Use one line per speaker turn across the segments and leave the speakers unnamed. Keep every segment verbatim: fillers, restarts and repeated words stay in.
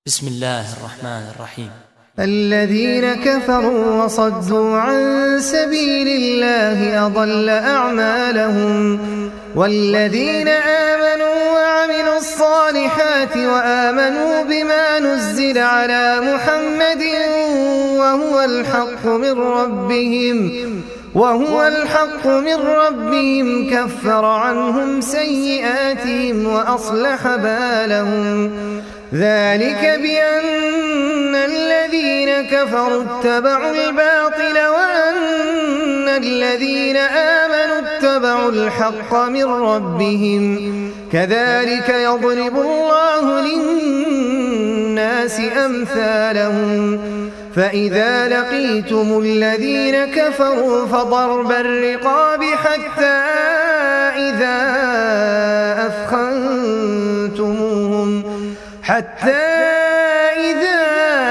بسم الله الرحمن الرحيم.
الذين كفروا وصدوا عن سبيل الله أضل أعمالهم والذين آمنوا وعملوا الصالحات وآمنوا بما نزل على محمد وهو الحق من ربهم وهو الحق من ربهم كفر عنهم سيئاتهم وأصلح بالهم ذلك بأن الذين كفروا اتبعوا الباطل وأن الذين آمنوا اتبعوا الحق من ربهم كذلك يضرب الله للناس أمثالهم فإذا لقيتم الذين كفروا فضرب الرقاب حتى إذا أثخنتموهم حتى إذا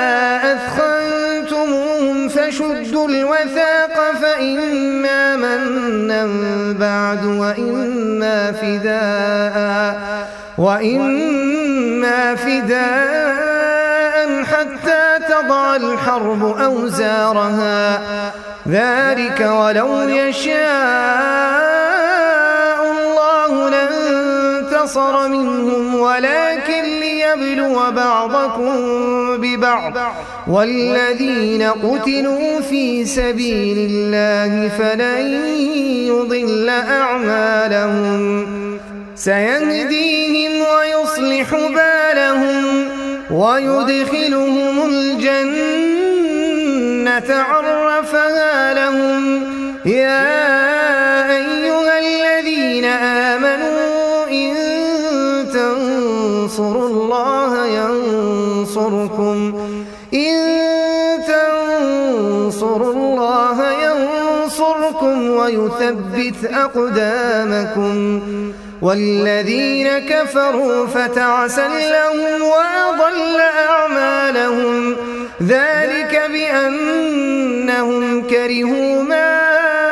أثخنتموهم فشدوا الوثاق فإما منا بعد وإما فداء وإما فداء حتى تضع الحرب أوزارها ذلك ولو يشاء الله لانتصر منهم ولكن ليبلو بعضكم ببعض والذين قتلوا في سبيل الله فلن يضل أعمالهم سيهديهم ويصلح بالهم ويدخلهم الجنة عرفها لهم يا أيها الذين آمنوا إن تنصروا الله ينصركم إن تنصروا الله ينصركم ويثبت أقدامكم والذين كفروا فتعسا لهم وأضل أعمالهم ذلك بأنهم كرهوا ما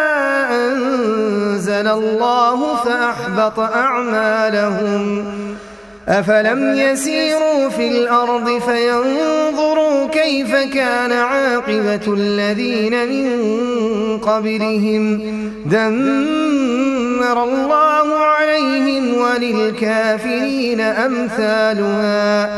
أنزل الله فأحبط أعمالهم أفلم يسيروا في الأرض فينظروا كيف كان عاقبة الذين من قبلهم دمر الله عليهم وللكافرين أمثالها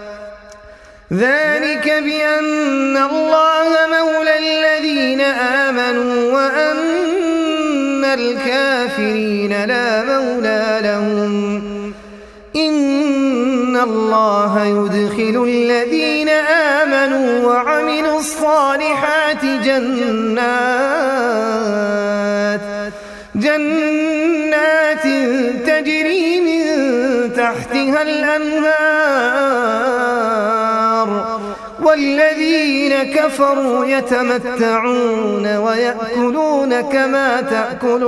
ذلك بأن الله مولى الذين آمنوا وأن الكافرين لا مولى لهم إن الله يدخل الذين آمنوا وعملوا الصالحات جنات جنات تجري من تحتها الأنهار والذين كفروا يتمتعون ويأكلون كما تأكل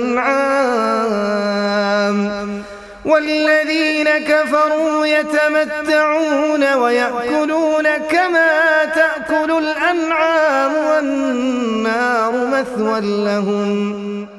الأنعام والذين كفروا يتمتعون ويأكلون كما تأكل الأنعام والنار مثوى لهم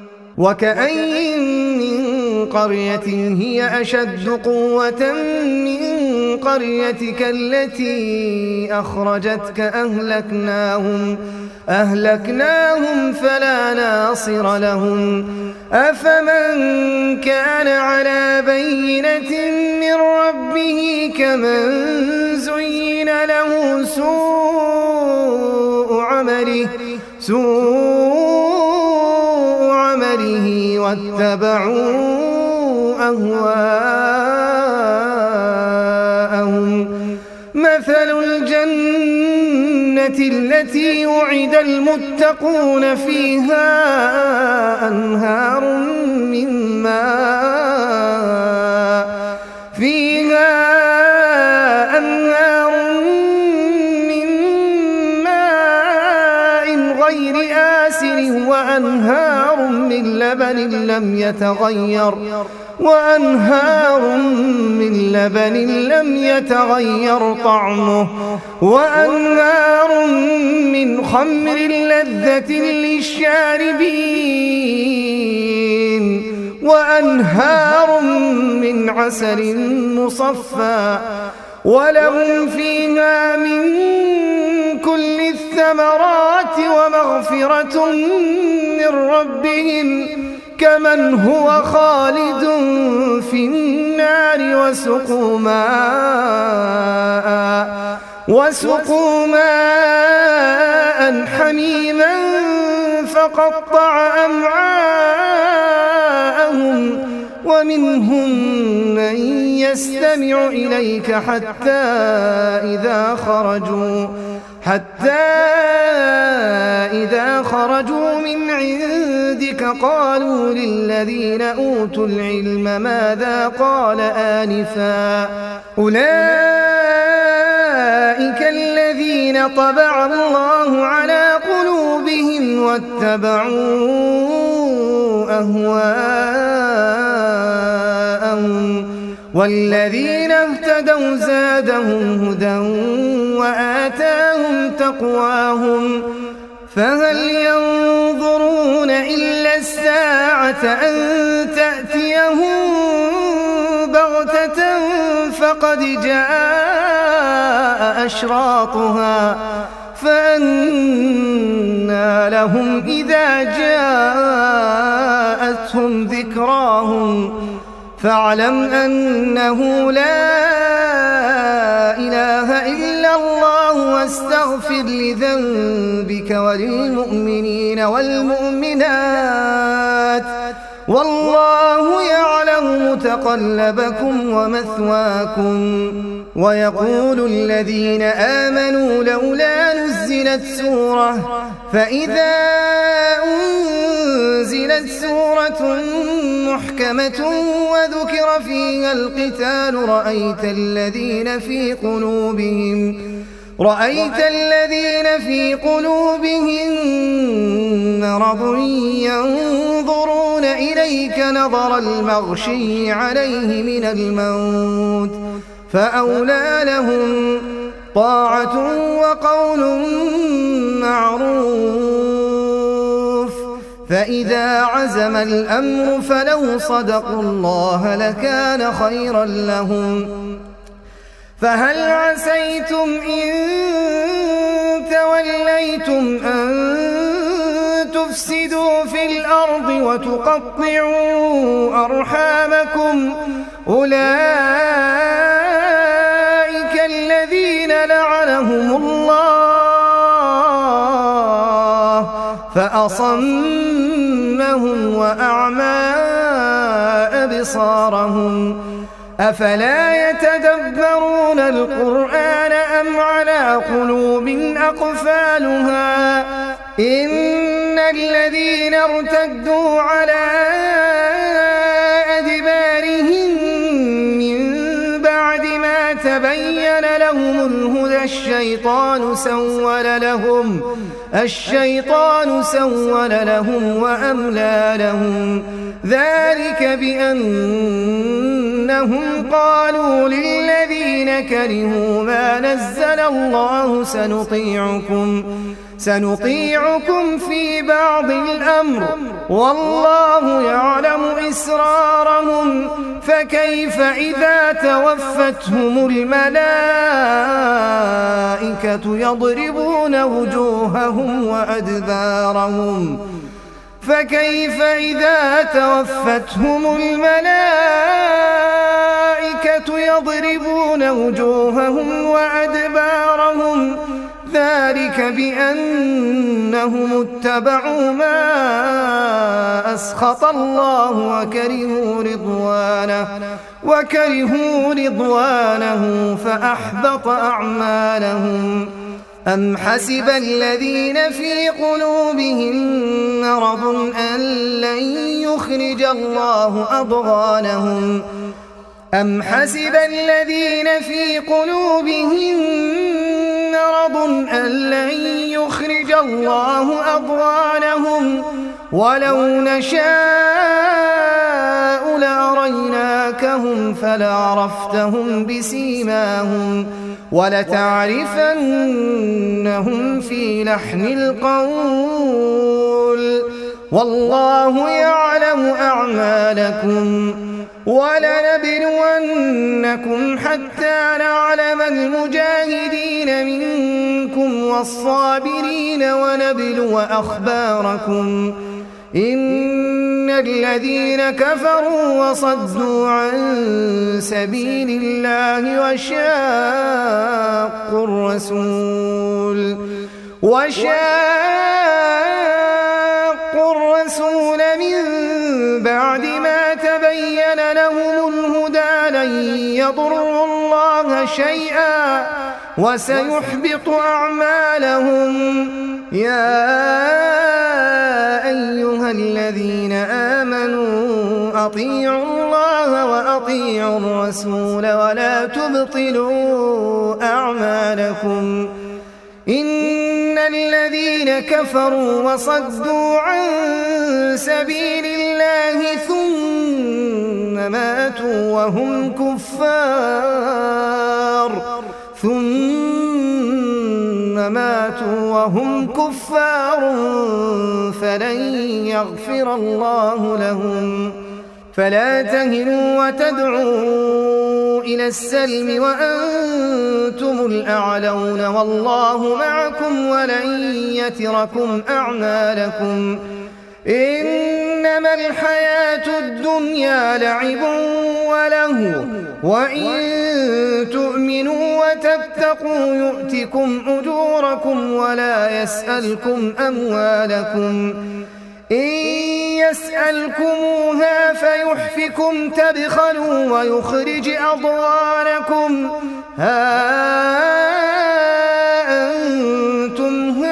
وكأين من قرية هي أشد قوة من قريتك التي أخرجتك أهلكناهم أهلكناهم فلا ناصر لهم أفمن كان على بينة من ربه كمن زين له سوء عمله سوء عمله واتبعوا أهواءهم مثل الجنة التي وعد المتقون فيها أنهار من ماء فيها أنهار من ماء غير آسر وأنهار من لبن لم يتغير وأنهار من لبن لم يتغير طعمه وأنهار من خمر لذة للشاربين وأنهار من عسل مصفى ولهم فيها من كل الثمرات ومغفرة من ربهم كمن هو خالد في النار وسقوا ماء وسقوا ماء حميما فقطع أمعاءهم ومنهم من يستمع إليك حتى إذا خرجوا حتى إذا خرجوا من عندك قالوا للذين أوتوا العلم ماذا قال آنفا أولئك الذين طبع الله على قلوبهم واتبعوا أهواءهم والذين اهتدوا زادهم هدى وآتاهم تقواهم فهل ينظرون إلا الساعة أن تأتيهم بغتة فقد جاء أشراطها فأنى لهم إذا جاءتهم ذكراهم فاعلم أنه لا إله إلا الله واستغفر لذنبك وللمؤمنين والمؤمنات والله يعلم متقلبكم ومثواكم ويقول الذين آمنوا لولا نزلت سورة فإذا أنزلت سورة محكمة وذكر فيها القتال رأيت الذين في قلوبهم رأيت الذين في قلوبهم مرض ينظرون إليك نظر المغشي عليه من الموت فأولى لهم طاعة وقول معروف فإذا عزم الأمر فلو صدقوا الله لكان خيرا لهم فهل عسيتم إن توليتم أن تفسدوا في الأرض وتقطعوا أرحامكم أولئك الذين لعنهم الله فأصمهم وأعمى أبصارهم أفلا يتدبرون القرآن أم على قلوب أقفالها إن الذين ارتدوا على أدبارهم من بعد ما تبين لهم الهدى الشيطان سول لهم الشيطان سول لهم وأملى لهم ذلك بأنهم قالوا للذين كرهوا ما نزل الله سنطيعكم سنطيعكم في بعض الأمر والله يعلم إسرارهم فكيف إذا توفتهم الملائكة يضربون وجوههم وأدبارهم فكيف إذا توفتهم الملائكة يضربون وجوههم وأدبارهم ذلك بأنهم اتبعوا ما أسخط الله وكرهوا رضوانه وكرهوا رضوانه فأحبط أعمالهم أم حسب الذين في قلوبهم مرض أن لن يخرج الله أضغانهم أم حسب الذين في قلوبهم مرض أن لن يخرج الله أضغانهم ولو نشاء لأريناكهم فلعرفتهم بسيماهم ولتعرفنهم في لحن القول والله يعلم أعمالكم ولنبلونكم حتى نعلم المجاهدين منكم والصابرين ونبلو أخباركم إن الذين كفروا وصدوا عن سبيل الله وشاقوا الرسول وشاقوا الرسول من بعد ما تبين لهم الهدى لن يضروا الله شيئا وسيحبط أعمالهم. يا أيها الذين آمنوا أطيعوا الله وأطيعوا الرسول ولا تبطلوا أعمالكم إن الذين كفروا وصدوا عن سبيل الله ثم ماتوا وهم كفار ثم ماتوا وهم كفار فلن يغفر الله لهم. فلا تهنوا وتدعوا إلى السلم وأنتم الأعلون والله معكم ولن يتركم أعمالكم إنما الحياة الدنيا لعب وله وإن تؤمنوا وتتقوا يؤتكم أجوركم ولا يسألكم أموالكم إن يسألكموها فيحفكم تبخلوا ويخرج أضغانكم ها أنتم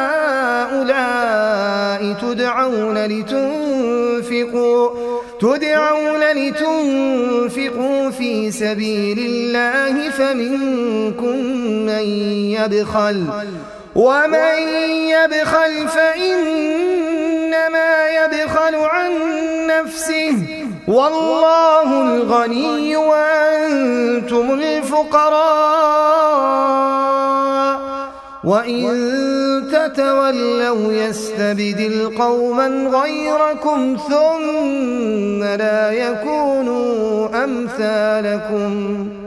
هؤلاء تدعون لتنفقوا تدعون لتنفقوا في سبيل الله فمنكم من يبخل ومن يبخل فإنما يبخل عن نفسه والله الغني وأنتم الفقراء وإن تتولوا يستبدل قوما غيركم ثم لا يكونوا أمثالكم.